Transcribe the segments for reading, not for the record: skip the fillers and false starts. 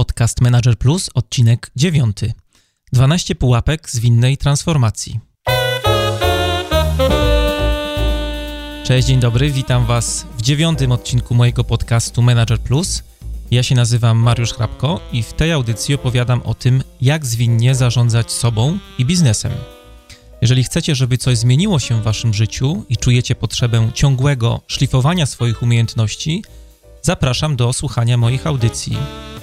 Podcast Manager Plus, odcinek 9. 12 pułapek zwinnej transformacji. Cześć, dzień dobry, witam Was w 9. odcinku mojego podcastu Manager Plus. Ja się nazywam Mariusz Hrabko i w tej audycji opowiadam o tym, jak zwinnie zarządzać sobą i biznesem. Jeżeli chcecie, żeby coś zmieniło się w Waszym życiu i czujecie potrzebę ciągłego szlifowania swoich umiejętności, zapraszam do słuchania moich audycji.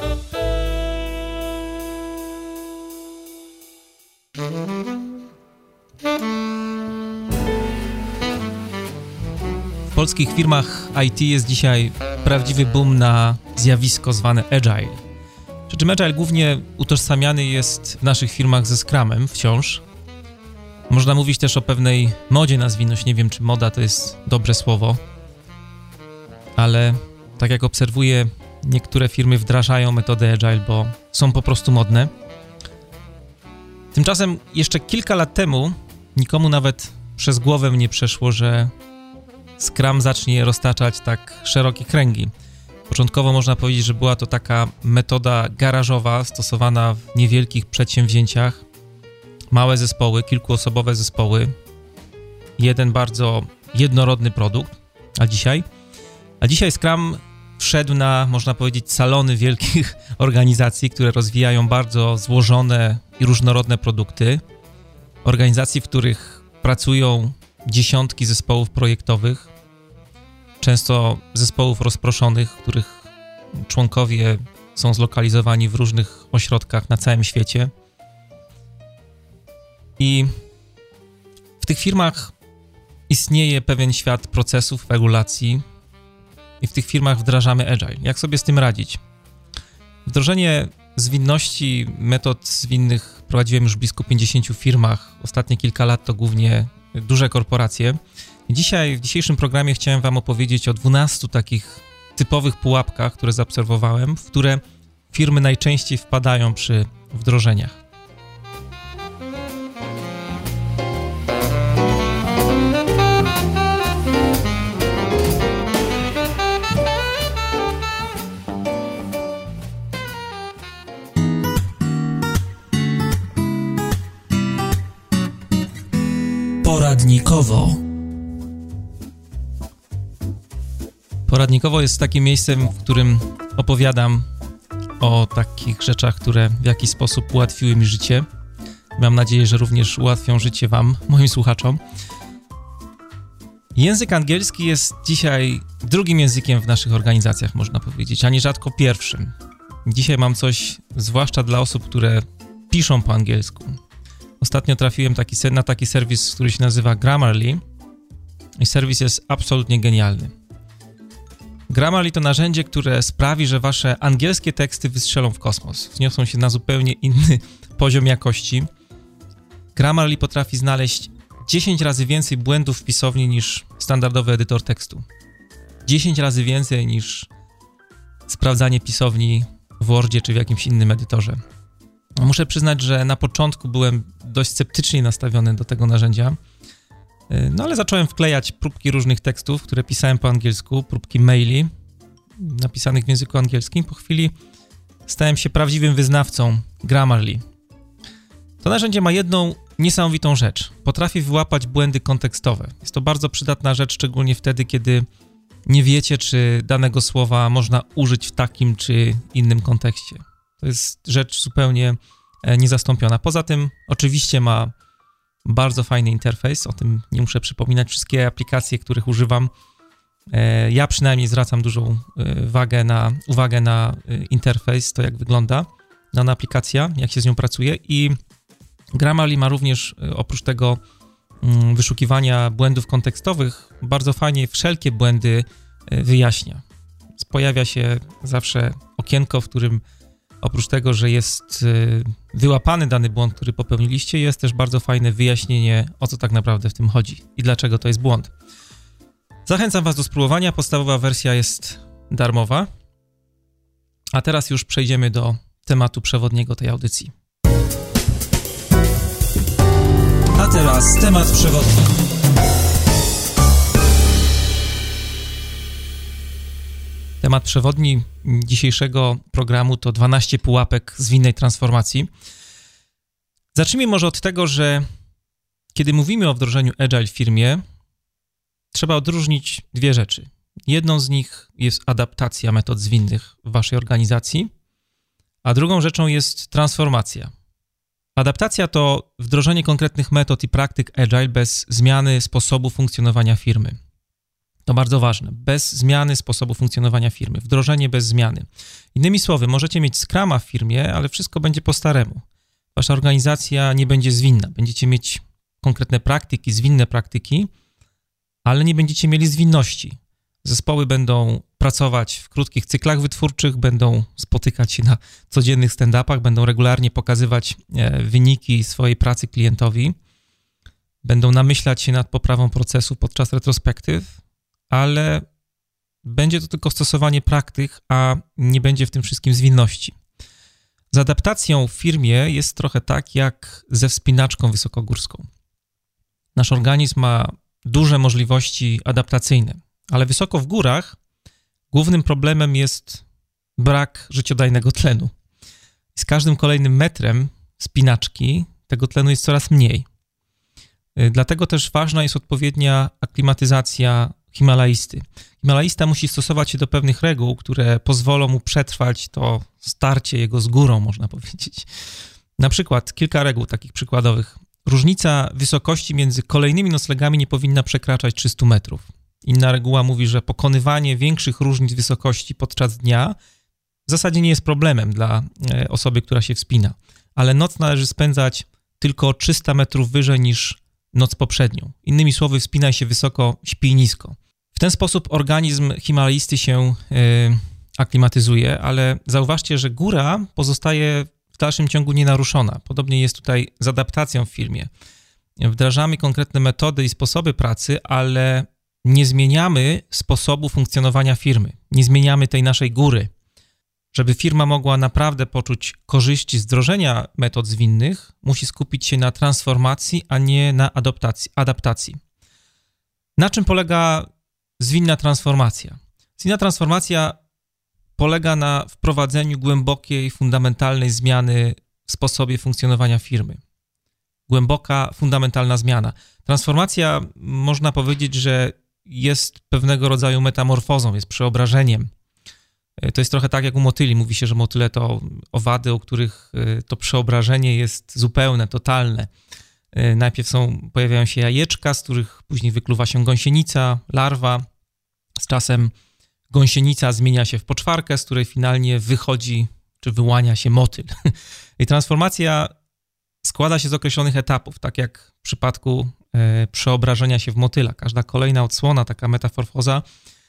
W polskich firmach IT jest dzisiaj prawdziwy boom na zjawisko zwane Agile. Przy czym Agile głównie utożsamiany jest w naszych firmach ze Scrumem wciąż. Można mówić też o pewnej modzie na zwinność. Nie wiem, czy moda to jest dobre słowo, ale tak jak obserwuję, niektóre firmy wdrażają metodę Agile, bo są po prostu modne. Tymczasem jeszcze kilka lat temu nikomu nawet przez głowę nie przeszło, że Scrum zacznie roztaczać tak szerokie kręgi. Początkowo można powiedzieć, że była to taka metoda garażowa stosowana w niewielkich przedsięwzięciach. Małe zespoły, kilkuosobowe zespoły, jeden bardzo jednorodny produkt. A dzisiaj Scrum wszedł na, można powiedzieć, salony wielkich organizacji, które rozwijają bardzo złożone i różnorodne produkty. Organizacji, w których pracują dziesiątki zespołów projektowych, często zespołów rozproszonych, których członkowie są zlokalizowani w różnych ośrodkach na całym świecie. I w tych firmach istnieje pewien świat procesów, regulacji i w tych firmach wdrażamy Agile. Jak sobie z tym radzić? Wdrożenie zwinności, metod zwinnych prowadziłem już w blisko 50 firmach. Ostatnie kilka lat to głównie duże korporacje. I dzisiaj, w dzisiejszym programie chciałem Wam opowiedzieć o 12 takich typowych pułapkach, które zaobserwowałem, w które firmy najczęściej wpadają przy wdrożeniach. Poradnikowo. Poradnikowo jest takim miejscem, w którym opowiadam o takich rzeczach, które w jakiś sposób ułatwiły mi życie. Mam nadzieję, że również ułatwią życie Wam, moim słuchaczom. Język angielski jest dzisiaj drugim językiem w naszych organizacjach, można powiedzieć, a nierzadko pierwszym. Dzisiaj mam coś, zwłaszcza dla osób, które piszą po angielsku. Ostatnio trafiłem na taki serwis, który się nazywa Grammarly i serwis jest absolutnie genialny. Grammarly to narzędzie, które sprawi, że wasze angielskie teksty wystrzelą w kosmos, wzniosą się na zupełnie inny poziom jakości. Grammarly potrafi znaleźć 10 razy więcej błędów w pisowni niż standardowy edytor tekstu. 10 razy więcej niż sprawdzanie pisowni w Wordzie czy w jakimś innym edytorze. Muszę przyznać, że na początku byłem dość sceptycznie nastawiony do tego narzędzia, no ale zacząłem wklejać próbki różnych tekstów, które pisałem po angielsku, próbki maili napisanych w języku angielskim. Po chwili stałem się prawdziwym wyznawcą Grammarly. To narzędzie ma jedną niesamowitą rzecz. Potrafi wyłapać błędy kontekstowe. Jest to bardzo przydatna rzecz, szczególnie wtedy, kiedy nie wiecie, czy danego słowa można użyć w takim czy innym kontekście. To jest rzecz zupełnie niezastąpiona. Poza tym oczywiście ma bardzo fajny interfejs, o tym nie muszę przypominać. Wszystkie aplikacje, których używam, ja przynajmniej zwracam dużą uwagę na interfejs, to jak wygląda dana aplikacja, jak się z nią pracuje i Grammarly ma również oprócz tego wyszukiwania błędów kontekstowych bardzo fajnie wszelkie błędy wyjaśnia. Pojawia się zawsze okienko, w którym oprócz tego, że jest wyłapany dany błąd, który popełniliście, jest też bardzo fajne wyjaśnienie, o co tak naprawdę w tym chodzi i dlaczego to jest błąd. Zachęcam Was do spróbowania. Podstawowa wersja jest darmowa. A teraz już przejdziemy do tematu przewodniego tej audycji. A teraz temat przewodni. Temat przewodni dzisiejszego programu to 12 pułapek zwinnej transformacji. Zacznijmy może od tego, że kiedy mówimy o wdrożeniu Agile w firmie, trzeba odróżnić dwie rzeczy. Jedną z nich jest adaptacja metod zwinnych w waszej organizacji, a drugą rzeczą jest transformacja. Adaptacja to wdrożenie konkretnych metod i praktyk Agile bez zmiany sposobu funkcjonowania firmy. To bardzo ważne. Bez zmiany sposobu funkcjonowania firmy. Wdrożenie bez zmiany. Innymi słowy, możecie mieć Scruma w firmie, ale wszystko będzie po staremu. Wasza organizacja nie będzie zwinna. Będziecie mieć konkretne praktyki, zwinne praktyki, ale nie będziecie mieli zwinności. Zespoły będą pracować w krótkich cyklach wytwórczych, będą spotykać się na codziennych stand-upach, będą regularnie pokazywać wyniki swojej pracy klientowi, będą namyślać się nad poprawą procesu podczas retrospektyw, ale będzie to tylko stosowanie praktyk, a nie będzie w tym wszystkim zwinności. Z adaptacją w firmie jest trochę tak jak ze wspinaczką wysokogórską. Nasz organizm ma duże możliwości adaptacyjne, ale wysoko w górach głównym problemem jest brak życiodajnego tlenu. Z każdym kolejnym metrem wspinaczki tego tlenu jest coraz mniej. Dlatego też ważna jest odpowiednia aklimatyzacja himalaisty. Himalaista musi stosować się do pewnych reguł, które pozwolą mu przetrwać to starcie jego z górą, można powiedzieć. Na przykład kilka reguł takich przykładowych. Różnica wysokości między kolejnymi noclegami nie powinna przekraczać 300 metrów. Inna reguła mówi, że pokonywanie większych różnic wysokości podczas dnia w zasadzie nie jest problemem dla osoby, która się wspina, ale noc należy spędzać tylko 300 metrów wyżej niż noc poprzednią. Innymi słowy, wspinaj się wysoko, śpij nisko. W ten sposób organizm himalaisty się aklimatyzuje, ale zauważcie, że góra pozostaje w dalszym ciągu nienaruszona. Podobnie jest tutaj z adaptacją w firmie. Wdrażamy konkretne metody i sposoby pracy, ale nie zmieniamy sposobu funkcjonowania firmy. Nie zmieniamy tej naszej góry. Żeby firma mogła naprawdę poczuć korzyści z wdrożenia metod zwinnych, musi skupić się na transformacji, a nie na adaptacji. Na czym polega zwinna transformacja? Zwinna transformacja polega na wprowadzeniu głębokiej, fundamentalnej zmiany w sposobie funkcjonowania firmy. Głęboka, fundamentalna zmiana. Transformacja, można powiedzieć, że jest pewnego rodzaju metamorfozą, jest przeobrażeniem. To jest trochę tak jak u motyli. Mówi się, że motyle to owady, u których to przeobrażenie jest zupełne, totalne. Najpierw pojawiają się jajeczka, z których później wykluwa się gąsienica, larwa. Z czasem gąsienica zmienia się w poczwarkę, z której finalnie wychodzi czy wyłania się motyl. I transformacja składa się z określonych etapów, tak jak w przypadku przeobrażenia się w motyla. Każda kolejna odsłona, taka metamorfoza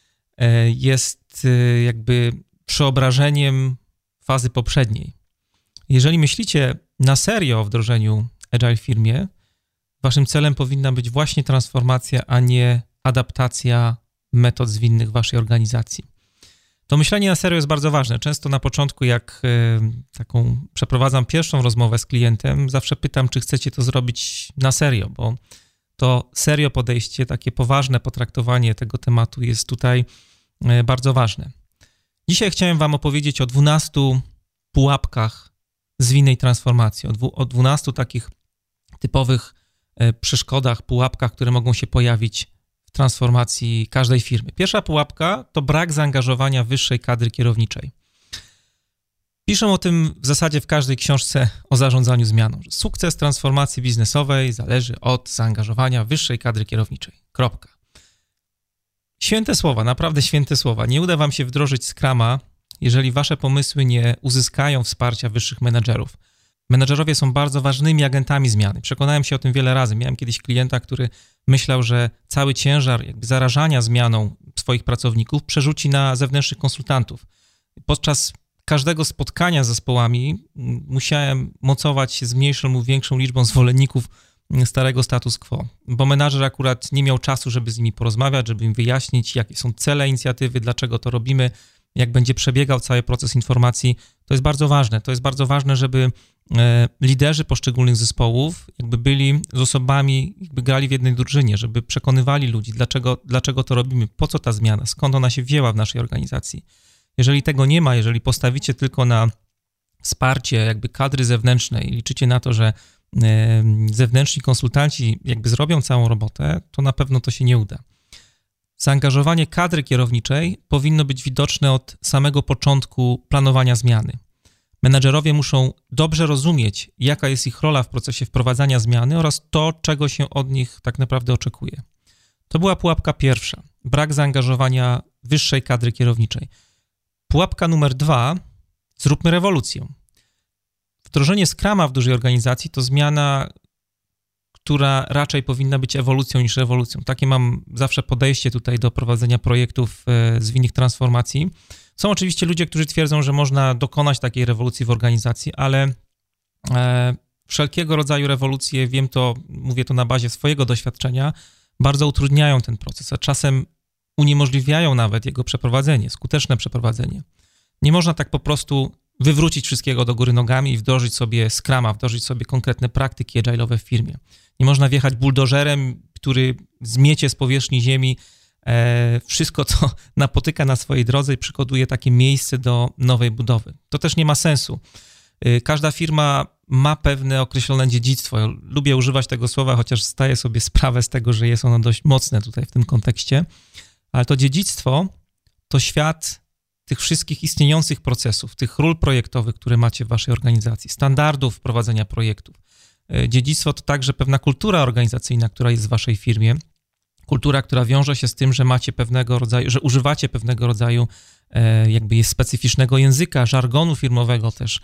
jest jakby przeobrażeniem fazy poprzedniej. Jeżeli myślicie na serio o wdrożeniu Agile w firmie, waszym celem powinna być właśnie transformacja, a nie adaptacja metod zwinnych waszej organizacji. To myślenie na serio jest bardzo ważne. Często na początku, jak taką przeprowadzam pierwszą rozmowę z klientem, zawsze pytam, czy chcecie to zrobić na serio, bo to serio podejście, takie poważne potraktowanie tego tematu jest tutaj bardzo ważne. Dzisiaj chciałem wam opowiedzieć o 12 pułapkach zwinnej transformacji, o 12 takich typowych przeszkodach, pułapkach, które mogą się pojawić w transformacji każdej firmy. Pierwsza pułapka to brak zaangażowania wyższej kadry kierowniczej. Piszą o tym w zasadzie w każdej książce o zarządzaniu zmianą, że sukces transformacji biznesowej zależy od zaangażowania wyższej kadry kierowniczej. Kropka. Święte słowa, naprawdę święte słowa. Nie uda wam się wdrożyć Scruma, jeżeli wasze pomysły nie uzyskają wsparcia wyższych menedżerów. Menedżerowie są bardzo ważnymi agentami zmiany. Przekonałem się o tym wiele razy. Miałem kiedyś klienta, który myślał, że cały ciężar jakby zarażania zmianą swoich pracowników przerzuci na zewnętrznych konsultantów. Podczas każdego spotkania z zespołami musiałem mocować się z mniejszą lub większą liczbą zwolenników starego status quo, bo menadżer akurat nie miał czasu, żeby z nimi porozmawiać, żeby im wyjaśnić, jakie są cele inicjatywy, dlaczego to robimy, jak będzie przebiegał cały proces informacji. To jest bardzo ważne. To jest bardzo ważne, żeby liderzy poszczególnych zespołów jakby byli z osobami, jakby grali w jednej drużynie, żeby przekonywali ludzi, dlaczego to robimy, po co ta zmiana, skąd ona się wzięła w naszej organizacji. Jeżeli tego nie ma, jeżeli postawicie tylko na wsparcie jakby kadry zewnętrznej i liczycie na to, że zewnętrzni konsultanci jakby zrobią całą robotę, to na pewno to się nie uda. Zaangażowanie kadry kierowniczej powinno być widoczne od samego początku planowania zmiany. Menadżerowie muszą dobrze rozumieć, jaka jest ich rola w procesie wprowadzania zmiany oraz to, czego się od nich tak naprawdę oczekuje. To była pułapka pierwsza. Brak zaangażowania wyższej kadry kierowniczej. Pułapka numer 2. Zróbmy rewolucję. Wdrożenie Scruma w dużej organizacji to zmiana, która raczej powinna być ewolucją niż rewolucją. Takie mam zawsze podejście tutaj do prowadzenia projektów zwinnych transformacji. Są oczywiście ludzie, którzy twierdzą, że można dokonać takiej rewolucji w organizacji, ale wszelkiego rodzaju rewolucje, wiem to, mówię to na bazie swojego doświadczenia, bardzo utrudniają ten proces, a czasem uniemożliwiają nawet jego przeprowadzenie, skuteczne przeprowadzenie. Nie można tak po prostu wywrócić wszystkiego do góry nogami i wdrożyć sobie Scruma, wdrożyć sobie konkretne praktyki agile'owe w firmie. Nie można wjechać buldożerem, który zmiecie z powierzchni ziemi wszystko, co napotyka na swojej drodze i przygotuje takie miejsce do nowej budowy. To też nie ma sensu. Każda firma ma pewne określone dziedzictwo. Ja lubię używać tego słowa, chociaż zdaję sobie sprawę z tego, że jest ono dość mocne tutaj w tym kontekście, ale to dziedzictwo to świat tych wszystkich istniejących procesów, tych ról projektowych, które macie w waszej organizacji, standardów prowadzenia projektów. Dziedzictwo to także pewna kultura organizacyjna, która jest w waszej firmie, kultura, która wiąże się z tym, że macie pewnego rodzaju, że używacie pewnego rodzaju jakby jest specyficznego języka, żargonu firmowego też.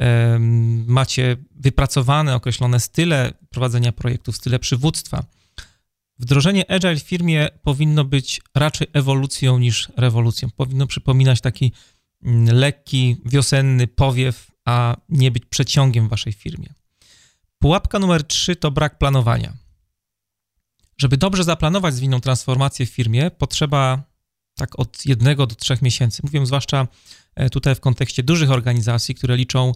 Macie wypracowane określone style prowadzenia projektów, style przywództwa. Wdrożenie Agile w firmie powinno być raczej ewolucją niż rewolucją. Powinno przypominać taki lekki, wiosenny powiew, a nie być przeciągiem w waszej firmie. Pułapka numer 3 to brak planowania. Żeby dobrze zaplanować zwinną transformację w firmie, potrzeba tak od 1 do 3 miesięcy. Mówię zwłaszcza tutaj w kontekście dużych organizacji, które liczą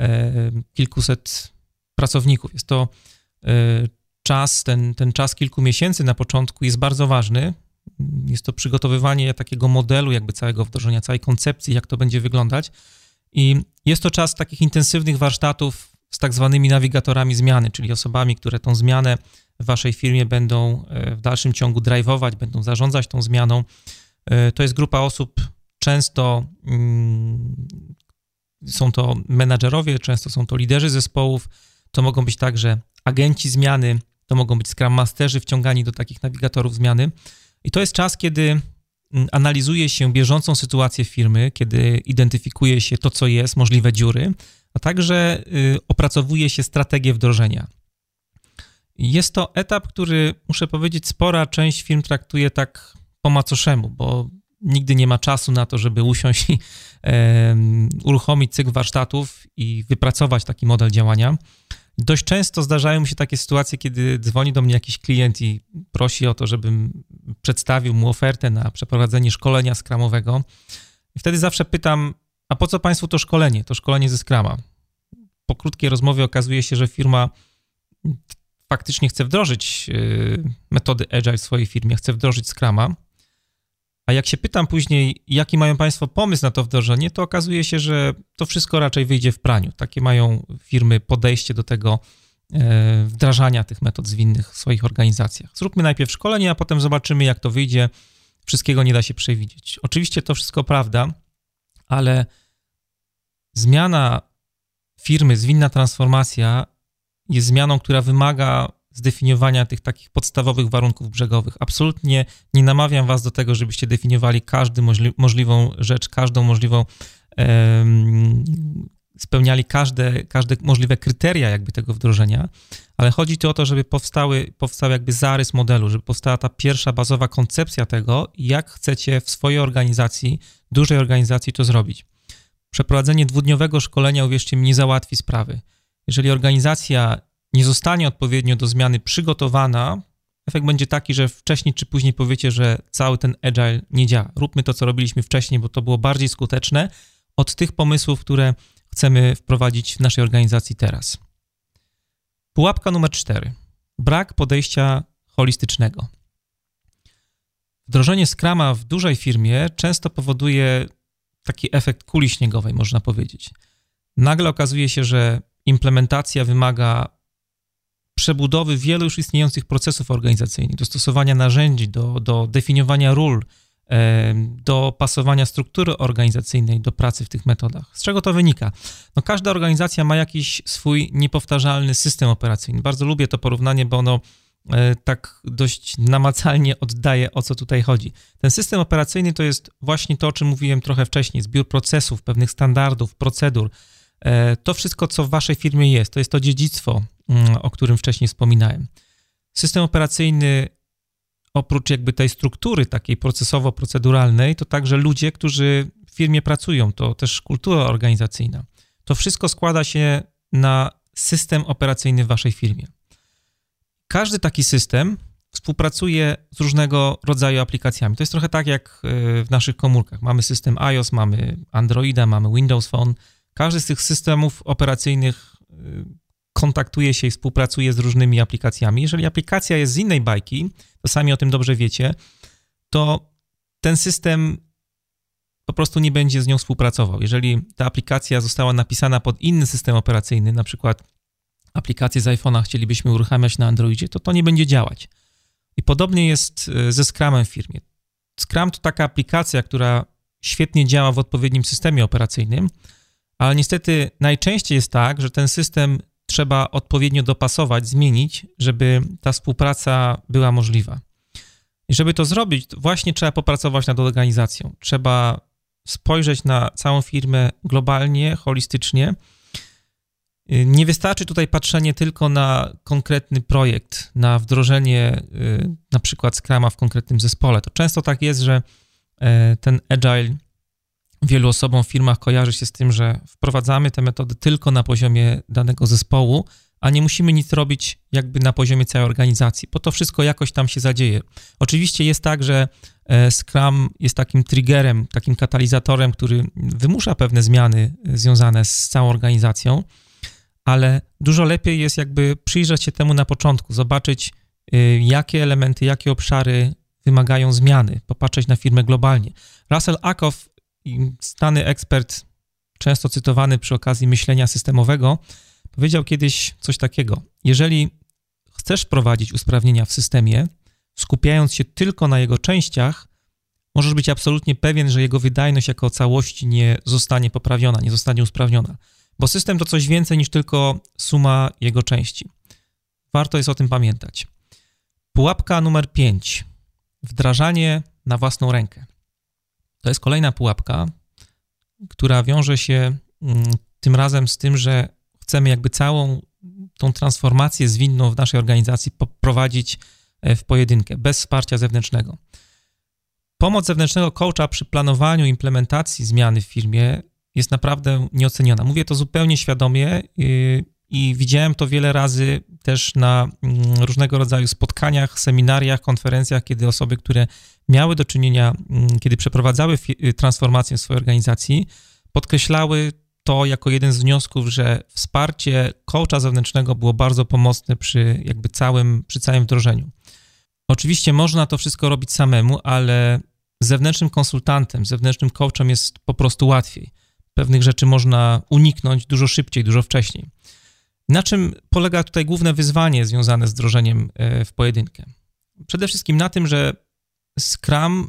kilkuset pracowników. Jest to czas, ten czas kilku miesięcy na początku jest bardzo ważny. Jest to przygotowywanie takiego modelu jakby całego wdrożenia, całej koncepcji, jak to będzie wyglądać. I jest to czas takich intensywnych warsztatów z tak zwanymi nawigatorami zmiany, czyli osobami, które tą zmianę w waszej firmie będą w dalszym ciągu drive'ować, będą zarządzać tą zmianą. To jest grupa osób, często są to menadżerowie, często są to liderzy zespołów, to mogą być także agenci zmiany, to mogą być Scrum Masterzy wciągani do takich nawigatorów zmiany. I to jest czas, kiedy analizuje się bieżącą sytuację firmy, kiedy identyfikuje się to, co jest, możliwe dziury, a także opracowuje się strategię wdrożenia. Jest to etap, który, muszę powiedzieć, spora część firm traktuje tak po macoszemu, bo nigdy nie ma czasu na to, żeby usiąść i uruchomić cykl warsztatów i wypracować taki model działania. Dość często zdarzają mi się takie sytuacje, kiedy dzwoni do mnie jakiś klient i prosi o to, żebym przedstawił mu ofertę na przeprowadzenie szkolenia scrumowego. I wtedy zawsze pytam, a po co państwu to szkolenie? To szkolenie ze Scruma. Po krótkiej rozmowie okazuje się, że firma faktycznie chce wdrożyć metody Agile w swojej firmie, chce wdrożyć Scruma, a jak się pytam później, jaki mają państwo pomysł na to wdrożenie, to okazuje się, że to wszystko raczej wyjdzie w praniu. Takie mają firmy podejście do tego wdrażania tych metod zwinnych w swoich organizacjach. Zróbmy najpierw szkolenie, a potem zobaczymy, jak to wyjdzie. Wszystkiego nie da się przewidzieć. Oczywiście to wszystko prawda, ale zmiana firmy, zwinna transformacja jest zmianą, która wymaga zdefiniowania tych takich podstawowych warunków brzegowych. Absolutnie nie namawiam was do tego, żebyście definiowali każdą możliwą rzecz, każdą możliwą, spełniali każde możliwe kryteria jakby tego wdrożenia, ale chodzi tu o to, żeby powstał jakby zarys modelu, żeby powstała ta pierwsza bazowa koncepcja tego, jak chcecie w swojej organizacji, dużej organizacji to zrobić. Przeprowadzenie 2-dniowego szkolenia, uwierzcie mi, nie załatwi sprawy. Jeżeli organizacja nie zostanie odpowiednio do zmiany przygotowana, efekt będzie taki, że wcześniej czy później powiecie, że cały ten agile nie działa. Róbmy to, co robiliśmy wcześniej, bo to było bardziej skuteczne od tych pomysłów, które chcemy wprowadzić w naszej organizacji teraz. Pułapka numer 4. Brak podejścia holistycznego. Wdrożenie Scruma w dużej firmie często powoduje taki efekt kuli śniegowej, można powiedzieć. Nagle okazuje się, że implementacja wymaga przebudowy wielu już istniejących procesów organizacyjnych, dostosowania narzędzi, do definiowania ról, do pasowania struktury organizacyjnej do pracy w tych metodach. Z czego to wynika? No, każda organizacja ma jakiś swój niepowtarzalny system operacyjny. Bardzo lubię to porównanie, bo ono tak dość namacalnie oddaje, o co tutaj chodzi. Ten system operacyjny to jest właśnie to, o czym mówiłem trochę wcześniej, zbiór procesów, pewnych standardów, procedur. To wszystko, co w waszej firmie jest, to jest to dziedzictwo, o którym wcześniej wspominałem. System operacyjny, oprócz jakby tej struktury takiej procesowo-proceduralnej, to także ludzie, którzy w firmie pracują, to też kultura organizacyjna. To wszystko składa się na system operacyjny w waszej firmie. Każdy taki system współpracuje z różnego rodzaju aplikacjami. To jest trochę tak jak w naszych komórkach. Mamy system iOS, mamy Androida, mamy Windows Phone. Każdy z tych systemów operacyjnych kontaktuje się i współpracuje z różnymi aplikacjami. Jeżeli aplikacja jest z innej bajki, to sami o tym dobrze wiecie, to ten system po prostu nie będzie z nią współpracował. Jeżeli ta aplikacja została napisana pod inny system operacyjny, na przykład aplikację z iPhone'a chcielibyśmy uruchamiać na Androidzie, to nie będzie działać. I podobnie jest ze Scrumem w firmie. Scrum to taka aplikacja, która świetnie działa w odpowiednim systemie operacyjnym, ale niestety najczęściej jest tak, że ten system trzeba odpowiednio dopasować, zmienić, żeby ta współpraca była możliwa. I żeby to zrobić, to właśnie trzeba popracować nad organizacją. Trzeba spojrzeć na całą firmę globalnie, holistycznie. Nie wystarczy tutaj patrzenie tylko na konkretny projekt, na wdrożenie na przykład Scruma w konkretnym zespole. To często tak jest, że ten Agile wielu osobom w firmach kojarzy się z tym, że wprowadzamy te metody tylko na poziomie danego zespołu, a nie musimy nic robić jakby na poziomie całej organizacji, bo to wszystko jakoś tam się zadzieje. Oczywiście jest tak, że Scrum jest takim triggerem, takim katalizatorem, który wymusza pewne zmiany związane z całą organizacją, ale dużo lepiej jest jakby przyjrzeć się temu na początku, zobaczyć jakie elementy, jakie obszary wymagają zmiany, popatrzeć na firmę globalnie. Russell Ackoff, znany ekspert, często cytowany przy okazji myślenia systemowego, powiedział kiedyś coś takiego: jeżeli chcesz wprowadzić usprawnienia w systemie, skupiając się tylko na jego częściach, możesz być absolutnie pewien, że jego wydajność jako całości nie zostanie poprawiona, nie zostanie usprawniona, bo system to coś więcej niż tylko suma jego części. Warto jest o tym pamiętać. Pułapka numer 5. Wdrażanie na własną rękę. To jest kolejna pułapka, która wiąże się tym razem z tym, że chcemy jakby całą tą transformację zwinną w naszej organizacji poprowadzić w pojedynkę, bez wsparcia zewnętrznego. Pomoc zewnętrznego coacha przy planowaniu implementacji zmiany w firmie jest naprawdę nieoceniona. Mówię to zupełnie świadomie i widziałem to wiele razy też na różnego rodzaju spotkaniach, seminariach, konferencjach, kiedy osoby, które miały do czynienia, kiedy przeprowadzały transformację w swojej organizacji, podkreślały to jako jeden z wniosków, że wsparcie coacha zewnętrznego było bardzo pomocne przy całym wdrożeniu. Oczywiście można to wszystko robić samemu, ale z zewnętrznym konsultantem, zewnętrznym coachem jest po prostu łatwiej. Pewnych rzeczy można uniknąć dużo szybciej, dużo wcześniej. Na czym polega tutaj główne wyzwanie związane z wdrożeniem w pojedynkę? Przede wszystkim na tym, że Scrum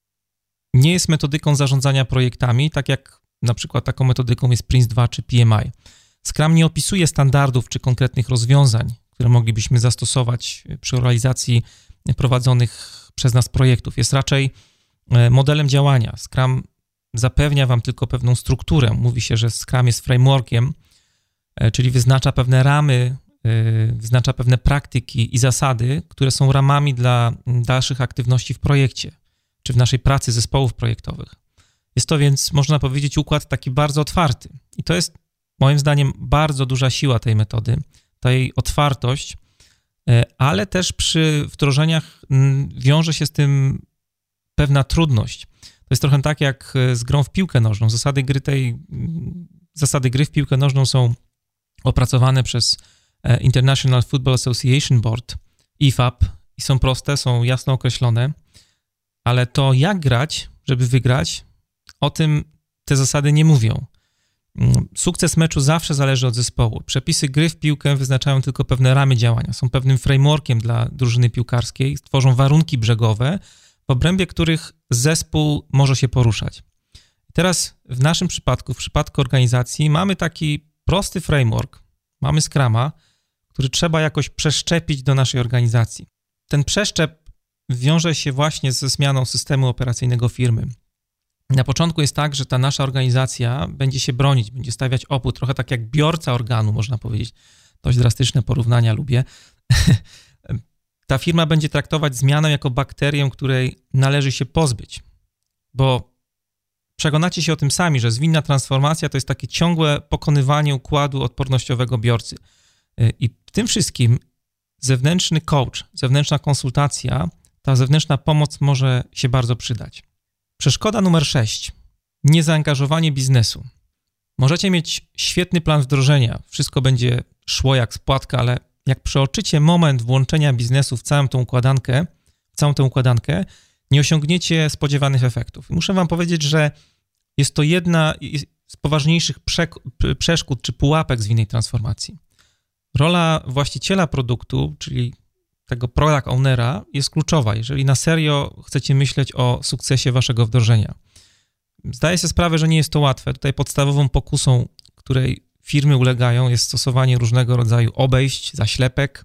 nie jest metodyką zarządzania projektami, tak jak na przykład taką metodyką jest Prince2 czy PMI. Scrum nie opisuje standardów czy konkretnych rozwiązań, które moglibyśmy zastosować przy realizacji prowadzonych przez nas projektów. Jest raczej modelem działania. Scrum zapewnia wam tylko pewną strukturę. Mówi się, że Scrum jest frameworkiem, czyli wyznacza pewne ramy, wyznacza pewne praktyki i zasady, które są ramami dla dalszych aktywności w projekcie, czy w naszej pracy zespołów projektowych. Jest to więc, można powiedzieć, układ taki bardzo otwarty. I to jest, moim zdaniem, bardzo duża siła tej metody, ta jej otwartość, ale też przy wdrożeniach wiąże się z tym pewna trudność. To jest trochę tak jak z grą w piłkę nożną. Zasady gry w piłkę nożną są opracowane przez International Football Association Board, IFAB, i są proste, są jasno określone, ale to jak grać, żeby wygrać, o tym te zasady nie mówią. Sukces meczu zawsze zależy od zespołu. Przepisy gry w piłkę wyznaczają tylko pewne ramy działania, są pewnym frameworkiem dla drużyny piłkarskiej, tworzą warunki brzegowe, w obrębie których zespół może się poruszać. Teraz w naszym przypadku, w przypadku organizacji, mamy taki prosty framework, mamy Scruma, który trzeba jakoś przeszczepić do naszej organizacji. Ten przeszczep wiąże się właśnie ze zmianą systemu operacyjnego firmy. Na początku jest tak, że ta nasza organizacja będzie się bronić, będzie stawiać opór, trochę tak jak biorca organu, można powiedzieć. Dość drastyczne porównania, lubię. Ta firma będzie traktować zmianę jako bakterię, której należy się pozbyć, bo przekonacie się o tym sami, że zwinna transformacja to jest takie ciągłe pokonywanie układu odpornościowego biorcy. I w tym wszystkim zewnętrzny coach, zewnętrzna konsultacja, ta zewnętrzna pomoc może się bardzo przydać. Przeszkoda numer 6. Niezaangażowanie biznesu. Możecie mieć świetny plan wdrożenia, wszystko będzie szło jak z płatka, ale jak przeoczycie moment włączenia biznesu w całą tę układankę, nie osiągniecie spodziewanych efektów. I muszę wam powiedzieć, że jest to jedna z poważniejszych przeszkód czy pułapek zwinnej transformacji. Rola właściciela produktu, czyli tego product ownera, jest kluczowa, jeżeli na serio chcecie myśleć o sukcesie waszego wdrożenia. Zdaję sobie sprawę, że nie jest to łatwe. Tutaj podstawową pokusą, której firmy ulegają, jest stosowanie różnego rodzaju obejść, zaślepek.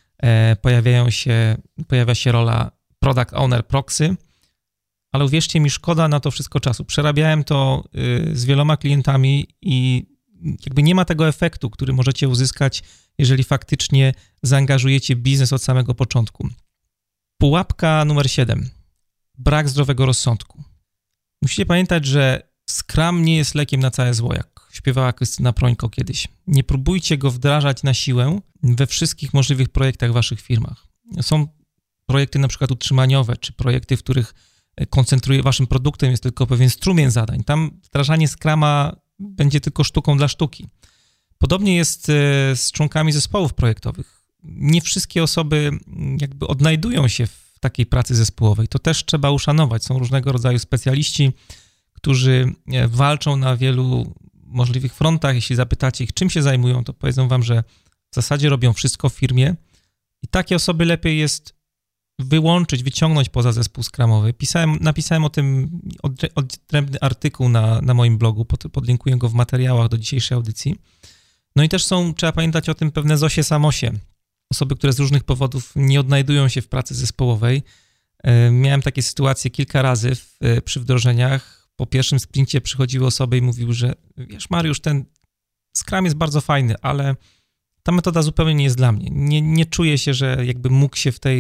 Pojawia się rola product owner proxy, ale uwierzcie mi, szkoda na to wszystko czasu. Przerabiałem to z wieloma klientami i jakby nie ma tego efektu, który możecie uzyskać, jeżeli faktycznie zaangażujecie biznes od samego początku. Pułapka numer 7. Brak zdrowego rozsądku. Musicie pamiętać, że Scrum nie jest lekiem na całe zło, jak śpiewała Krystyna Prońko kiedyś. Nie próbujcie go wdrażać na siłę we wszystkich możliwych projektach w waszych firmach. Są projekty na przykład utrzymaniowe, czy projekty, w których waszym produktem jest tylko pewien strumień zadań. Tam wdrażanie Scruma będzie tylko sztuką dla sztuki. Podobnie jest z członkami zespołów projektowych. Nie wszystkie osoby jakby odnajdują się w takiej pracy zespołowej. To też trzeba uszanować. Są różnego rodzaju specjaliści, którzy walczą na wielu możliwych frontach. Jeśli zapytacie ich, czym się zajmują, to powiedzą wam, że w zasadzie robią wszystko w firmie i takie osoby lepiej jest wyłączyć, wyciągnąć poza zespół scrumowy. Napisałem o tym odrębny artykuł na moim blogu, podlinkuję go w materiałach do dzisiejszej audycji. No i też trzeba pamiętać o tym, pewne zosie samosie. Osoby, które z różnych powodów nie odnajdują się w pracy zespołowej. Miałem takie sytuacje kilka razy przy wdrożeniach. Po pierwszym sprincie przychodziły osoby i mówiły, że wiesz, Mariusz, ten Scrum jest bardzo fajny, ale ta metoda zupełnie nie jest dla mnie. Nie czuję się, że jakby mógł się w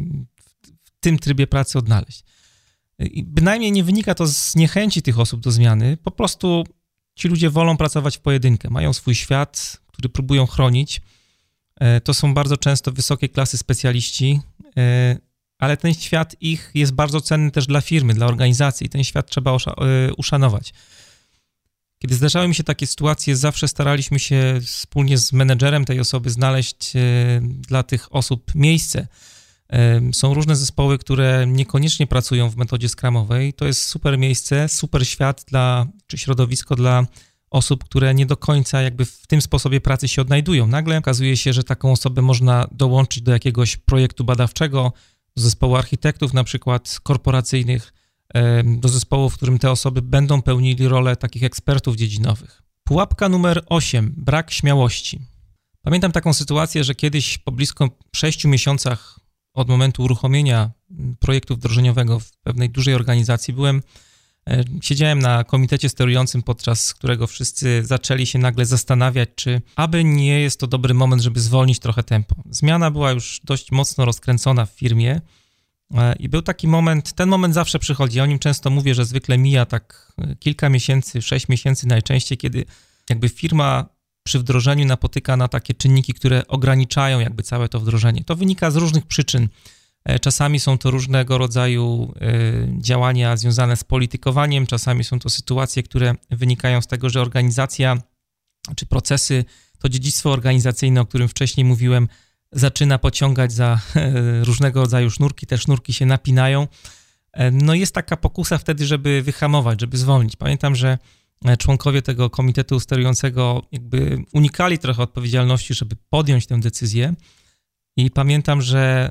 tym trybie pracy odnaleźć. I bynajmniej nie wynika to z niechęci tych osób do zmiany. Po prostu ci ludzie wolą pracować w pojedynkę. Mają swój świat, który próbują chronić. To są bardzo często wysokiej klasy specjaliści, ale ten świat ich jest bardzo cenny też dla firmy, dla organizacji. Ten świat trzeba uszanować. Kiedy zdarzały mi się takie sytuacje, zawsze staraliśmy się wspólnie z menedżerem tej osoby znaleźć dla tych osób miejsce. Są różne zespoły, które niekoniecznie pracują w metodzie scrumowej. To jest super miejsce, super świat czy środowisko dla osób, które nie do końca jakby w tym sposobie pracy się odnajdują. Nagle okazuje się, że taką osobę można dołączyć do jakiegoś projektu badawczego, do zespołu architektów na przykład korporacyjnych, do zespołu, w którym te osoby będą pełnili rolę takich ekspertów dziedzinowych. Pułapka numer 8. Brak śmiałości. Pamiętam taką sytuację, że kiedyś po blisko 6 miesiącach od momentu uruchomienia projektu wdrożeniowego w pewnej dużej organizacji siedziałem na komitecie sterującym, podczas którego wszyscy zaczęli się nagle zastanawiać, czy aby nie jest to dobry moment, żeby zwolnić trochę tempo. Zmiana była już dość mocno rozkręcona w firmie i był taki moment, ten moment zawsze przychodzi. Ja o nim często mówię, że zwykle mija tak kilka miesięcy, 6 miesięcy najczęściej, kiedy jakby firma przy wdrożeniu napotyka na takie czynniki, które ograniczają jakby całe to wdrożenie. To wynika z różnych przyczyn. Czasami są to różnego rodzaju działania związane z politykowaniem, czasami są to sytuacje, które wynikają z tego, że organizacja czy procesy, to dziedzictwo organizacyjne, o którym wcześniej mówiłem, zaczyna pociągać za różnego rodzaju sznurki, te sznurki się napinają. No jest taka pokusa wtedy, żeby wyhamować, żeby zwolnić. Pamiętam, że członkowie tego komitetu sterującego jakby unikali trochę odpowiedzialności, żeby podjąć tę decyzję. I pamiętam, że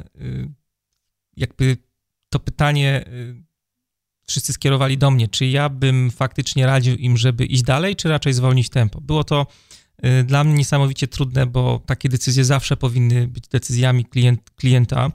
jakby to pytanie wszyscy skierowali do mnie, czy ja bym faktycznie radził im, żeby iść dalej, czy raczej zwolnić tempo. Było to dla mnie niesamowicie trudne, bo takie decyzje zawsze powinny być decyzjami klienta.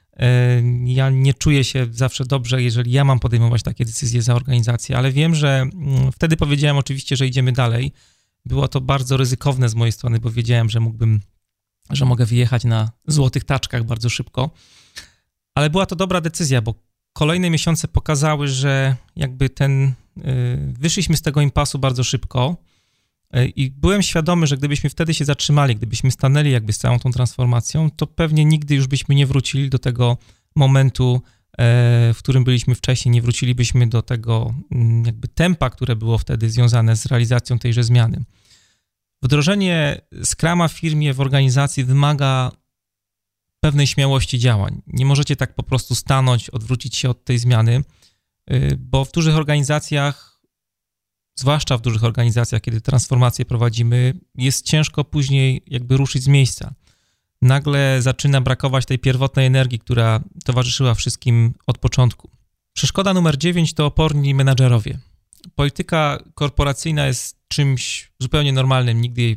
Ja nie czuję się zawsze dobrze, jeżeli ja mam podejmować takie decyzje za organizację, ale wiem, że wtedy powiedziałem oczywiście, że idziemy dalej. Było to bardzo ryzykowne z mojej strony, bo wiedziałem, że mogę wyjechać na złotych taczkach bardzo szybko, ale była to dobra decyzja, bo kolejne miesiące pokazały, że jakby wyszliśmy z tego impasu bardzo szybko i byłem świadomy, że gdybyśmy wtedy się zatrzymali, gdybyśmy stanęli jakby z całą tą transformacją, to pewnie nigdy już byśmy nie wrócili do tego momentu, w którym byliśmy wcześniej, nie wrócilibyśmy do tego jakby tempa, które było wtedy związane z realizacją tejże zmiany. Wdrożenie Scruma w firmie, w organizacji wymaga pewnej śmiałości działań. Nie możecie tak po prostu stanąć, odwrócić się od tej zmiany, bo w dużych organizacjach, zwłaszcza w dużych organizacjach, kiedy transformację prowadzimy, jest ciężko później jakby ruszyć z miejsca. Nagle zaczyna brakować tej pierwotnej energii, która towarzyszyła wszystkim od początku. Przeszkoda numer 9 to oporni menadżerowie. Polityka korporacyjna jest czymś zupełnie normalnym, nigdy jej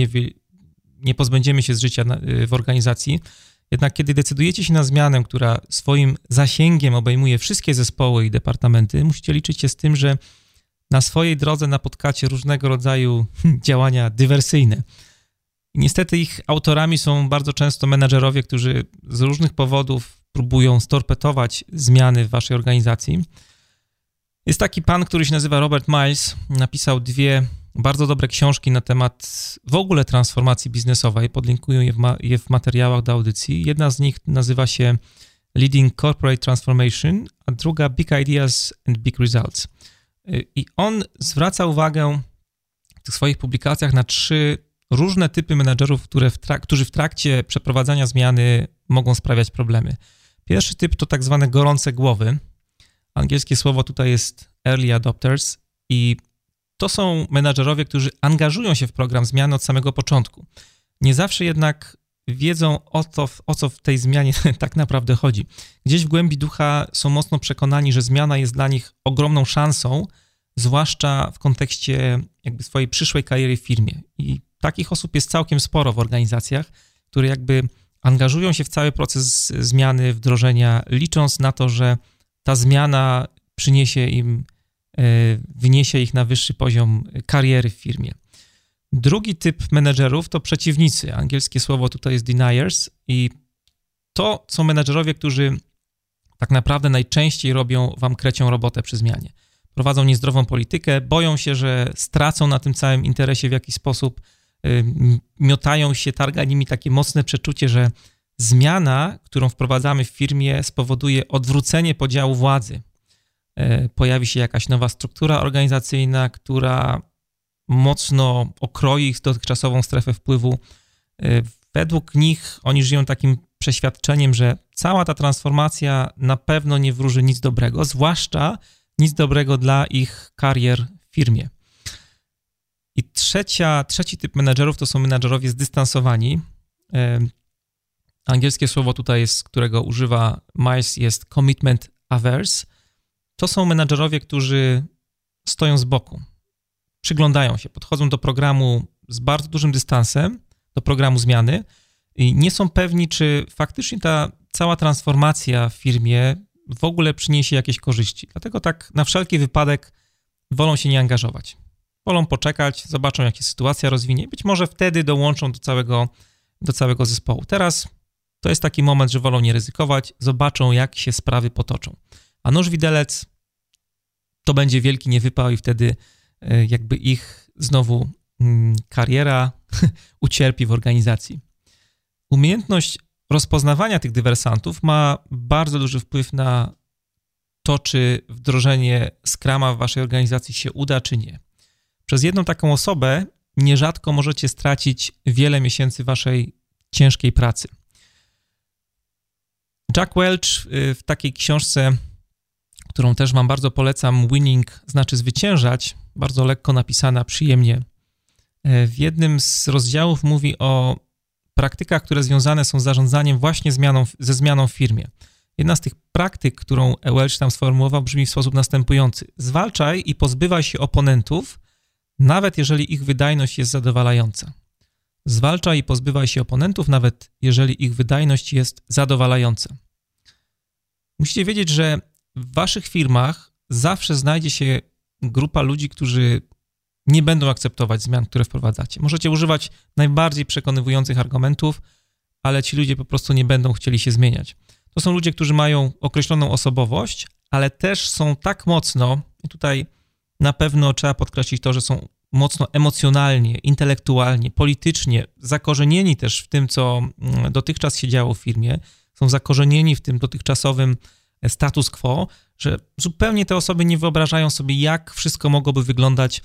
nie pozbędziemy się z życia w organizacji. Jednak kiedy decydujecie się na zmianę, która swoim zasięgiem obejmuje wszystkie zespoły i departamenty, musicie liczyć się z tym, że na swojej drodze napotkacie różnego rodzaju działania dywersyjne. I niestety ich autorami są bardzo często menadżerowie, którzy z różnych powodów próbują storpetować zmiany w waszej organizacji. Jest taki pan, który się nazywa Robert Miles, napisał 2 bardzo dobre książki na temat w ogóle transformacji biznesowej, podlinkuję je w materiałach do audycji. Jedna z nich nazywa się Leading Corporate Transformation, a druga Big Ideas and Big Results. I on zwraca uwagę w tych swoich publikacjach na 3 różne typy menedżerów, którzy w trakcie przeprowadzania zmiany mogą sprawiać problemy. Pierwszy typ to tak zwane gorące głowy. Angielskie słowo tutaj jest early adopters i to są menadżerowie, którzy angażują się w program zmiany od samego początku. Nie zawsze jednak wiedzą o co w tej zmianie tak naprawdę chodzi. Gdzieś w głębi ducha są mocno przekonani, że zmiana jest dla nich ogromną szansą, zwłaszcza w kontekście jakby swojej przyszłej kariery w firmie. I takich osób jest całkiem sporo w organizacjach, które jakby angażują się w cały proces zmiany, wdrożenia, licząc na to, że ta zmiana wyniesie ich na wyższy poziom kariery w firmie. Drugi typ menedżerów to przeciwnicy. Angielskie słowo tutaj jest deniers i to są menedżerowie, którzy tak naprawdę najczęściej robią wam krecią robotę przy zmianie. Prowadzą niezdrową politykę, boją się, że stracą na tym całym interesie w jakiś sposób, miotają się, targa nimi takie mocne przeczucie, że zmiana, którą wprowadzamy w firmie, spowoduje odwrócenie podziału władzy. Pojawi się jakaś nowa struktura organizacyjna, która mocno okroi ich dotychczasową strefę wpływu. Według nich oni żyją takim przeświadczeniem, że cała ta transformacja na pewno nie wróży nic dobrego, zwłaszcza nic dobrego dla ich karier w firmie. I trzeci typ menedżerów to są menedżerowie zdystansowani. Angielskie słowo tutaj jest, którego używa Miles, jest commitment averse. To są menedżerowie, którzy stoją z boku, przyglądają się, podchodzą do programu z bardzo dużym dystansem, do programu zmiany i nie są pewni, czy faktycznie ta cała transformacja w firmie w ogóle przyniesie jakieś korzyści. Dlatego tak na wszelki wypadek wolą się nie angażować. Wolą poczekać, zobaczą, jak się sytuacja rozwinie. Być może wtedy dołączą do całego zespołu. Teraz to jest taki moment, że wolą nie ryzykować, zobaczą, jak się sprawy potoczą. A nóż widelec to będzie wielki niewypał i wtedy jakby ich znowu kariera ucierpi w organizacji. Umiejętność rozpoznawania tych dywersantów ma bardzo duży wpływ na to, czy wdrożenie Scruma w waszej organizacji się uda, czy nie. Przez jedną taką osobę nierzadko możecie stracić wiele miesięcy waszej ciężkiej pracy. Jack Welch w takiej książce, którą też wam bardzo polecam. Winning znaczy zwyciężać, bardzo lekko napisana, przyjemnie. W jednym z rozdziałów mówi o praktykach, które związane są z zarządzaniem właśnie ze zmianą w firmie. Jedna z tych praktyk, którą Welch tam sformułował, brzmi w sposób następujący. Zwalczaj i pozbywaj się oponentów, nawet jeżeli ich wydajność jest zadowalająca. Zwalczaj i pozbywaj się oponentów, nawet jeżeli ich wydajność jest zadowalająca. Musicie wiedzieć, że w waszych firmach zawsze znajdzie się grupa ludzi, którzy nie będą akceptować zmian, które wprowadzacie. Możecie używać najbardziej przekonywujących argumentów, ale ci ludzie po prostu nie będą chcieli się zmieniać. To są ludzie, którzy mają określoną osobowość, ale też są tak mocno, i tutaj na pewno trzeba podkreślić to, że są mocno emocjonalnie, intelektualnie, politycznie zakorzenieni też w tym, co dotychczas się działo w firmie, są zakorzenieni w tym dotychczasowym status quo, że zupełnie te osoby nie wyobrażają sobie, jak wszystko mogłoby wyglądać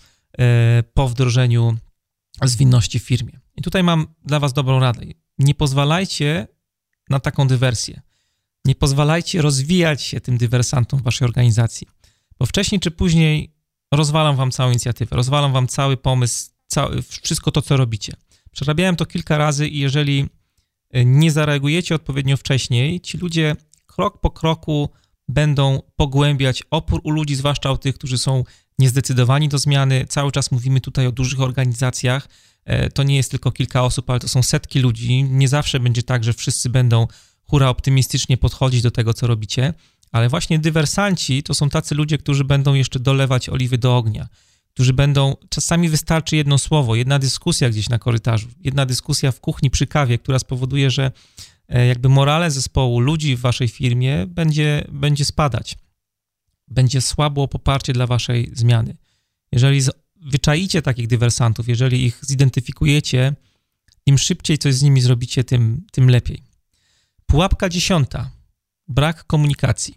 po wdrożeniu zwinności w firmie. I tutaj mam dla was dobrą radę. Nie pozwalajcie na taką dywersję. Nie pozwalajcie rozwijać się tym dywersantom w waszej organizacji, bo wcześniej czy później rozwalam wam całą inicjatywę, rozwalam wam cały pomysł, wszystko to, co robicie. Przerabiałem to kilka razy i jeżeli nie zareagujecie odpowiednio wcześniej, ci ludzie krok po kroku będą pogłębiać opór u ludzi, zwłaszcza u tych, którzy są niezdecydowani do zmiany. Cały czas mówimy tutaj o dużych organizacjach. To nie jest tylko kilka osób, ale to są setki ludzi. Nie zawsze będzie tak, że wszyscy będą hura optymistycznie podchodzić do tego, co robicie, ale właśnie dywersanci to są tacy ludzie, którzy będą jeszcze dolewać oliwy do ognia, którzy będą, czasami wystarczy jedno słowo, jedna dyskusja gdzieś na korytarzu, jedna dyskusja w kuchni przy kawie, która spowoduje, że jakby morale zespołu, ludzi w waszej firmie będzie spadać. Będzie słabło poparcie dla waszej zmiany. Jeżeli wyczaicie takich dywersantów, jeżeli ich zidentyfikujecie, im szybciej coś z nimi zrobicie, tym lepiej. Pułapka 10. Brak komunikacji.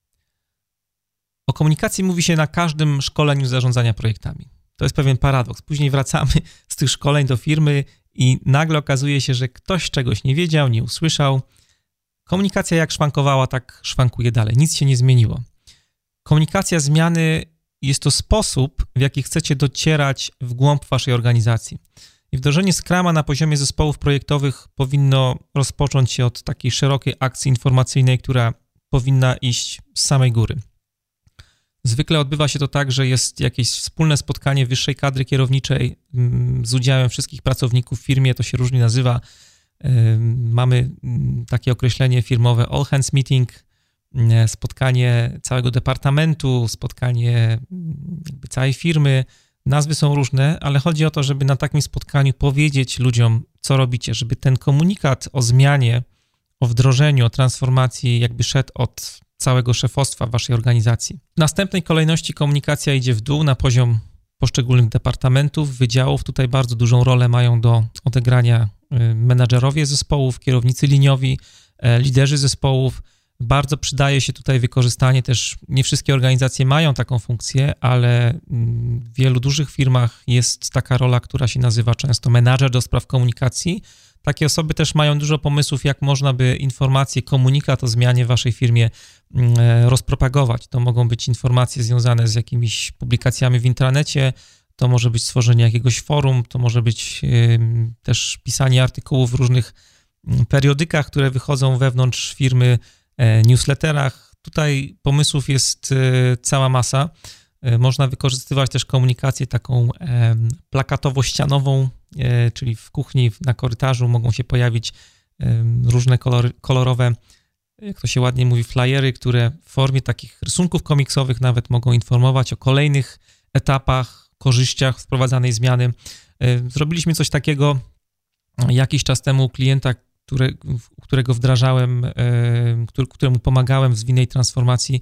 O komunikacji mówi się na każdym szkoleniu zarządzania projektami. To jest pewien paradoks. Później wracamy z tych szkoleń do firmy i nagle okazuje się, że ktoś czegoś nie wiedział, nie usłyszał. Komunikacja jak szwankowała, tak szwankuje dalej. Nic się nie zmieniło. Komunikacja zmiany jest to sposób, w jaki chcecie docierać w głąb waszej organizacji. I wdrożenie Scruma na poziomie zespołów projektowych powinno rozpocząć się od takiej szerokiej akcji informacyjnej, która powinna iść z samej góry. Zwykle odbywa się to tak, że jest jakieś wspólne spotkanie wyższej kadry kierowniczej z udziałem wszystkich pracowników w firmie, to się różnie nazywa. Mamy takie określenie firmowe all hands meeting, spotkanie całego departamentu, spotkanie jakby całej firmy. Nazwy są różne, ale chodzi o to, żeby na takim spotkaniu powiedzieć ludziom, co robicie, żeby ten komunikat o zmianie, o wdrożeniu, o transformacji jakby szedł od całego szefostwa waszej organizacji. W następnej kolejności komunikacja idzie w dół na poziom poszczególnych departamentów, wydziałów. Tutaj bardzo dużą rolę mają do odegrania menadżerowie zespołów, kierownicy liniowi, liderzy zespołów. Bardzo przydaje się tutaj wykorzystanie też, nie wszystkie organizacje mają taką funkcję, ale w wielu dużych firmach jest taka rola, która się nazywa często menadżer do spraw komunikacji. Takie osoby też mają dużo pomysłów, jak można by informacje, komunikat o zmianie w waszej firmie rozpropagować. To mogą być informacje związane z jakimiś publikacjami w intranecie, to może być stworzenie jakiegoś forum, to może być też pisanie artykułów w różnych periodykach, które wychodzą wewnątrz firmy, newsletterach. Tutaj pomysłów jest cała masa. Można wykorzystywać też komunikację taką plakatowo-ścianową, czyli w kuchni, na korytarzu mogą się pojawić różne kolorowe, jak to się ładnie mówi, flyery, które w formie takich rysunków komiksowych nawet mogą informować o kolejnych etapach, korzyściach wprowadzanej zmiany. Zrobiliśmy coś takiego jakiś czas temu u klienta, którego wdrażałem, któremu pomagałem w zwinnej transformacji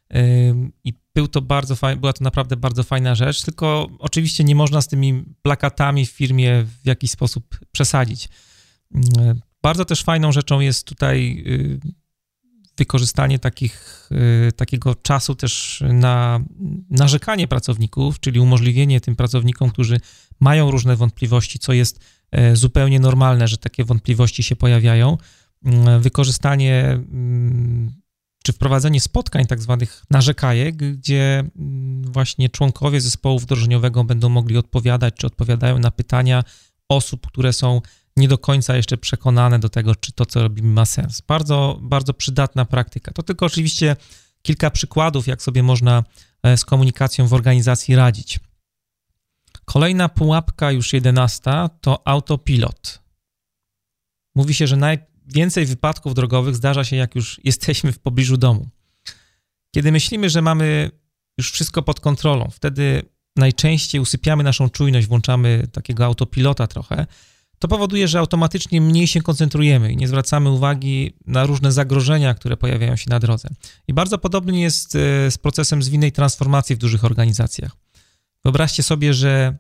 i była to naprawdę bardzo fajna rzecz, tylko oczywiście nie można z tymi plakatami w firmie w jakiś sposób przesadzić. Bardzo też fajną rzeczą jest tutaj wykorzystanie takiego czasu też na narzekanie pracowników, czyli umożliwienie tym pracownikom, którzy mają różne wątpliwości, co jest zupełnie normalne, że takie wątpliwości się pojawiają. Wykorzystanie czy wprowadzenie spotkań tak zwanych narzekajek, gdzie właśnie członkowie zespołu wdrożeniowego będą mogli odpowiadać, czy odpowiadają na pytania osób, które są nie do końca jeszcze przekonane do tego, czy to, co robimy, ma sens. Bardzo, bardzo przydatna praktyka. To tylko oczywiście kilka przykładów, jak sobie można z komunikacją w organizacji radzić. Kolejna pułapka, już 11, to autopilot. Mówi się, że najwięcej wypadków drogowych zdarza się, jak już jesteśmy w pobliżu domu. Kiedy myślimy, że mamy już wszystko pod kontrolą, wtedy najczęściej usypiamy naszą czujność, włączamy takiego autopilota trochę, to powoduje, że automatycznie mniej się koncentrujemy i nie zwracamy uwagi na różne zagrożenia, które pojawiają się na drodze. I bardzo podobnie jest z procesem zwinnej transformacji w dużych organizacjach. Wyobraźcie sobie, że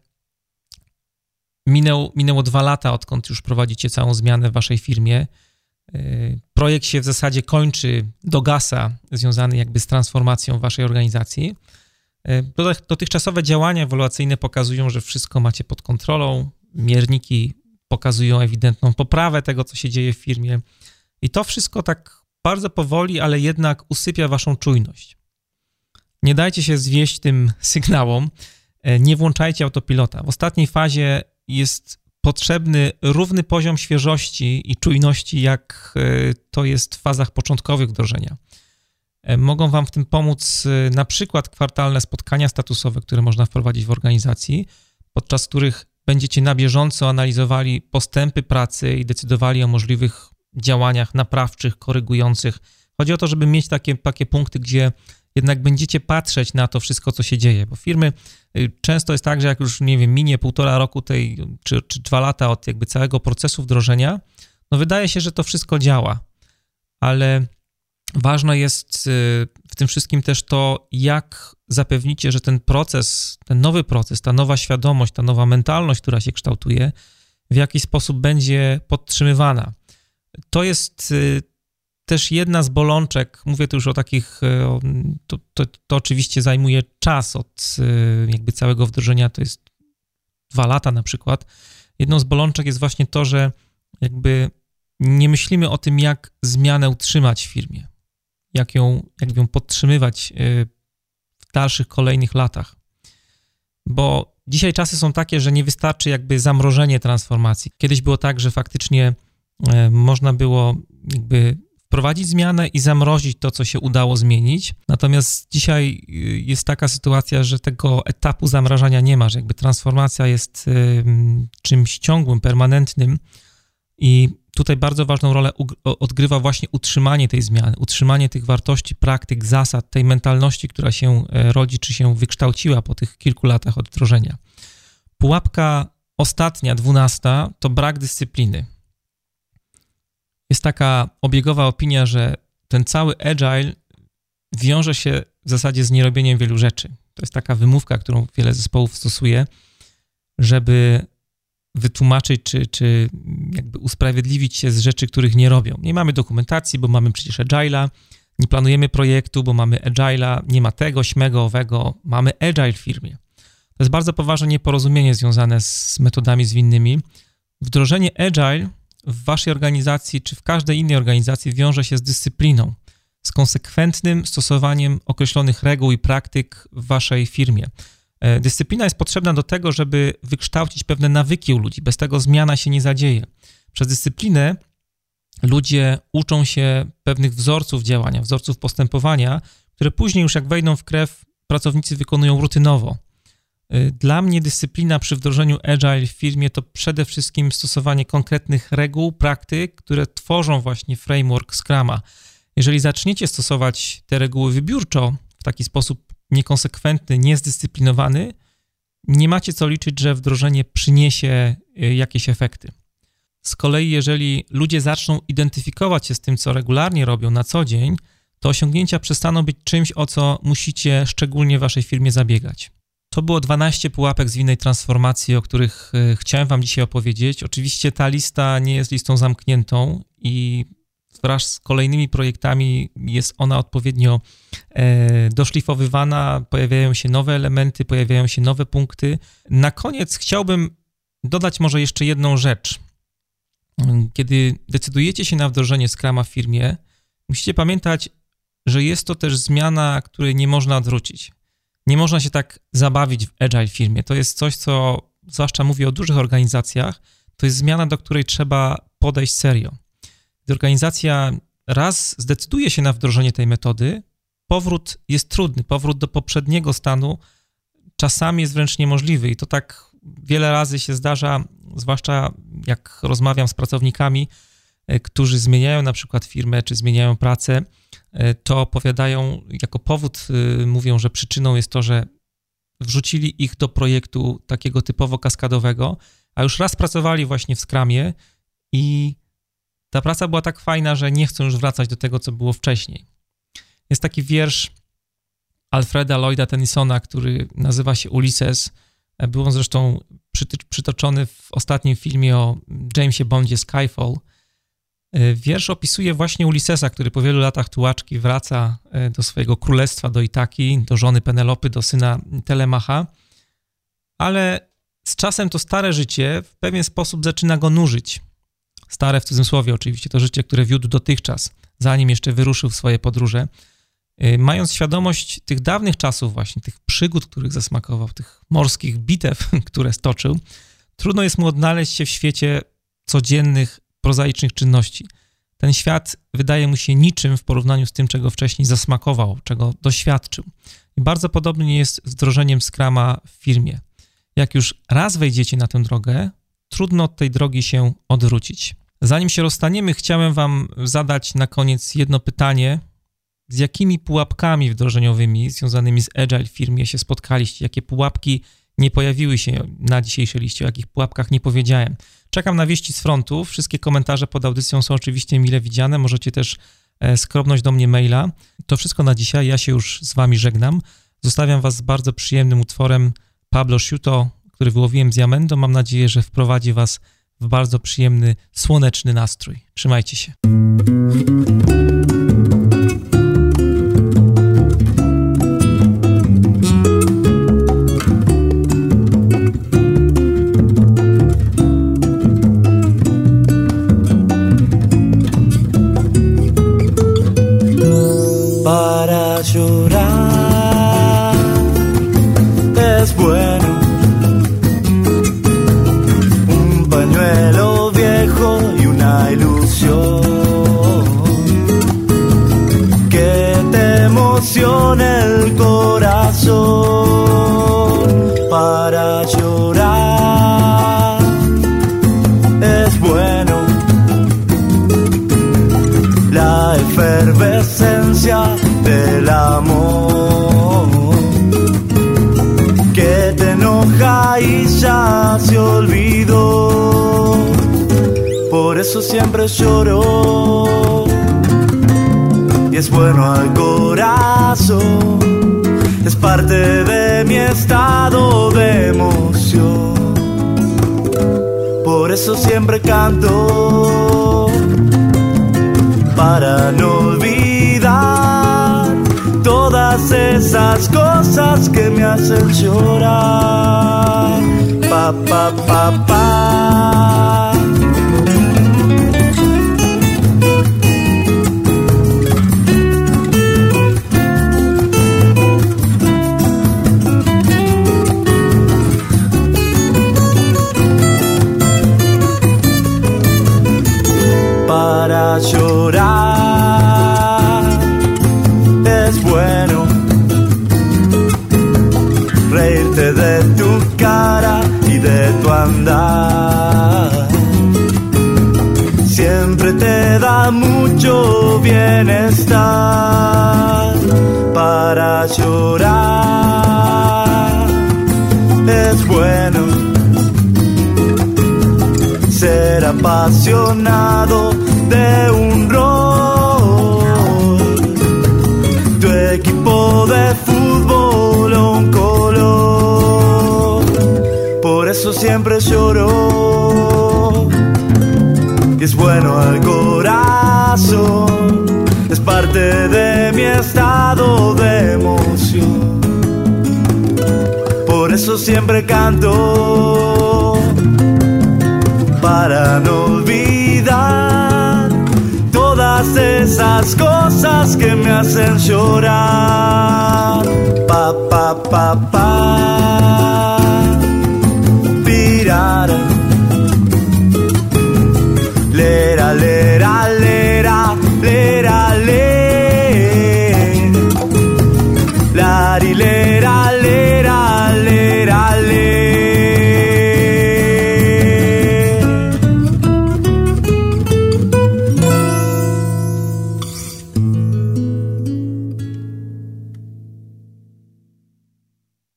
minęło 2 lata, odkąd już prowadzicie całą zmianę w waszej firmie. Projekt się w zasadzie kończy, dogasa, związany jakby z transformacją waszej organizacji. Dotychczasowe działania ewaluacyjne pokazują, że wszystko macie pod kontrolą, mierniki pokazują ewidentną poprawę tego, co się dzieje w firmie i to wszystko tak bardzo powoli, ale jednak usypia waszą czujność. Nie dajcie się zwieść tym sygnałom, nie włączajcie autopilota. W ostatniej fazie jest potrzebny równy poziom świeżości i czujności, jak to jest w fazach początkowych wdrożenia. Mogą wam w tym pomóc na przykład kwartalne spotkania statusowe, które można wprowadzić w organizacji, podczas których będziecie na bieżąco analizowali postępy pracy i decydowali o możliwych działaniach naprawczych, korygujących. Chodzi o to, żeby mieć takie punkty, gdzie jednak będziecie patrzeć na to wszystko, co się dzieje, bo firmy często jest tak, że jak już, nie wiem, minie 1,5 roku czy 2 lata od jakby całego procesu wdrożenia, no wydaje się, że to wszystko działa, ale ważne jest w tym wszystkim też to, jak zapewnicie, że ten proces, ten nowy proces, ta nowa świadomość, ta nowa mentalność, która się kształtuje, w jaki sposób będzie podtrzymywana. To jest też jedna z bolączek, mówię tu już o takich, to oczywiście zajmuje czas od jakby całego wdrożenia, to jest 2 lata na przykład. Jedną z bolączek jest właśnie to, że jakby nie myślimy o tym, jak zmianę utrzymać w firmie, jak ją podtrzymywać w dalszych, kolejnych latach. Bo dzisiaj czasy są takie, że nie wystarczy jakby zamrożenie transformacji. Kiedyś było tak, że faktycznie można było jakby wprowadzić zmianę i zamrozić to, co się udało zmienić. Natomiast dzisiaj jest taka sytuacja, że tego etapu zamrażania nie ma, że jakby transformacja jest czymś ciągłym, permanentnym i tutaj bardzo ważną rolę odgrywa właśnie utrzymanie tej zmiany, utrzymanie tych wartości, praktyk, zasad, tej mentalności, która się rodzi, czy się wykształciła po tych kilku latach od wdrożenia. Pułapka ostatnia, 12, to brak dyscypliny. Jest taka obiegowa opinia, że ten cały agile wiąże się w zasadzie z nierobieniem wielu rzeczy. To jest taka wymówka, którą wiele zespołów stosuje, żeby wytłumaczyć, czy jakby usprawiedliwić się z rzeczy, których nie robią. Nie mamy dokumentacji, bo mamy przecież agile'a, nie planujemy projektu, bo mamy agile'a, nie ma tego, śmego, owego, mamy agile w firmie. To jest bardzo poważne nieporozumienie związane z metodami zwinnymi. Wdrożenie agile w waszej organizacji, czy w każdej innej organizacji wiąże się z dyscypliną, z konsekwentnym stosowaniem określonych reguł i praktyk w waszej firmie. Dyscyplina jest potrzebna do tego, żeby wykształcić pewne nawyki u ludzi. Bez tego zmiana się nie zadzieje. Przez dyscyplinę ludzie uczą się pewnych wzorców działania, wzorców postępowania, które później już jak wejdą w krew, pracownicy wykonują rutynowo. Dla mnie dyscyplina przy wdrożeniu agile w firmie to przede wszystkim stosowanie konkretnych reguł, praktyk, które tworzą właśnie framework Scruma. Jeżeli zaczniecie stosować te reguły wybiórczo, w taki sposób niekonsekwentny, niezdyscyplinowany, nie macie co liczyć, że wdrożenie przyniesie jakieś efekty. Z kolei jeżeli ludzie zaczną identyfikować się z tym, co regularnie robią na co dzień, to osiągnięcia przestaną być czymś, o co musicie szczególnie w waszej firmie zabiegać. To było 12 pułapek zwinnej transformacji, o których chciałem wam dzisiaj opowiedzieć. Oczywiście ta lista nie jest listą zamkniętą i wraz z kolejnymi projektami jest ona odpowiednio doszlifowywana, pojawiają się nowe elementy, pojawiają się nowe punkty. Na koniec chciałbym dodać może jeszcze jedną rzecz. Kiedy decydujecie się na wdrożenie Scruma w firmie, musicie pamiętać, że jest to też zmiana, której nie można odwrócić. Nie można się tak zabawić w agile firmie. To jest coś, co, zwłaszcza mówię o dużych organizacjach, to jest zmiana, do której trzeba podejść serio. Gdy organizacja raz zdecyduje się na wdrożenie tej metody, powrót jest trudny. Powrót do poprzedniego stanu czasami jest wręcz niemożliwy i to tak wiele razy się zdarza, zwłaszcza jak rozmawiam z pracownikami, którzy zmieniają na przykład firmę, czy zmieniają pracę, to opowiadają, jako powód mówią, że przyczyną jest to, że wrzucili ich do projektu takiego typowo kaskadowego, a już raz pracowali właśnie w Scrumie i ta praca była tak fajna, że nie chcą już wracać do tego, co było wcześniej. Jest taki wiersz Alfreda Lloyda Tennysona, który nazywa się Ulysses. Był on zresztą przytoczony w ostatnim filmie o Jamesie Bondzie Skyfall. Wiersz opisuje właśnie Ulyssesa, który po wielu latach tułaczki wraca do swojego królestwa, do Itaki, do żony Penelopy, do syna Telemacha, ale z czasem to stare życie w pewien sposób zaczyna go nużyć. Stare w cudzysłowie oczywiście, to życie, które wiódł dotychczas, zanim jeszcze wyruszył w swoje podróże. Mając świadomość tych dawnych czasów właśnie, tych przygód, których zasmakował, tych morskich bitew, które stoczył, trudno jest mu odnaleźć się w świecie codziennych, prozaicznych czynności. Ten świat wydaje mu się niczym w porównaniu z tym, czego wcześniej zasmakował, czego doświadczył. I bardzo podobnie jest z wdrożeniem Scruma w firmie. Jak już raz wejdziecie na tę drogę, trudno od tej drogi się odwrócić. Zanim się rozstaniemy, chciałem wam zadać na koniec jedno pytanie. Z jakimi pułapkami wdrożeniowymi związanymi z Agile w firmie się spotkaliście? Jakie pułapki nie pojawiły się na dzisiejszej liście? O jakich pułapkach nie powiedziałem? Czekam na wieści z frontu. Wszystkie komentarze pod audycją są oczywiście mile widziane. Możecie też skrobnąć do mnie maila. To wszystko na dzisiaj. Ja się już z wami żegnam. Zostawiam was z bardzo przyjemnym utworem Pablo Sciuto, który wyłowiłem z Jamendo. Mam nadzieję, że wprowadzi was w bardzo przyjemny, słoneczny nastrój. Trzymajcie się. Para llorar es bueno, un pañuelo viejo y una ilusión que te emocione el corazón. Para llorar es bueno, la efervescencia del amor que te enoja y ya se olvidó. Por eso siempre lloro y es bueno al corazón, es parte de mi estado de emoción. Por eso siempre canto, para no olvidar todas esas cosas que me hacen llorar. Pa, pa, pa, pa. Para llorar es bueno, reírte de tu cara y de tu andar. Siempre te da mucho bienestar. Para llorar es bueno, ser apasionado de un rol, tu equipo de fútbol o un color. Por eso siempre lloro y es bueno al corazón, es parte de mi estado de emoción. Por eso siempre canto, para no olvidar todas esas las cosas que me hacen llorar. Pa, pa, pa, pa.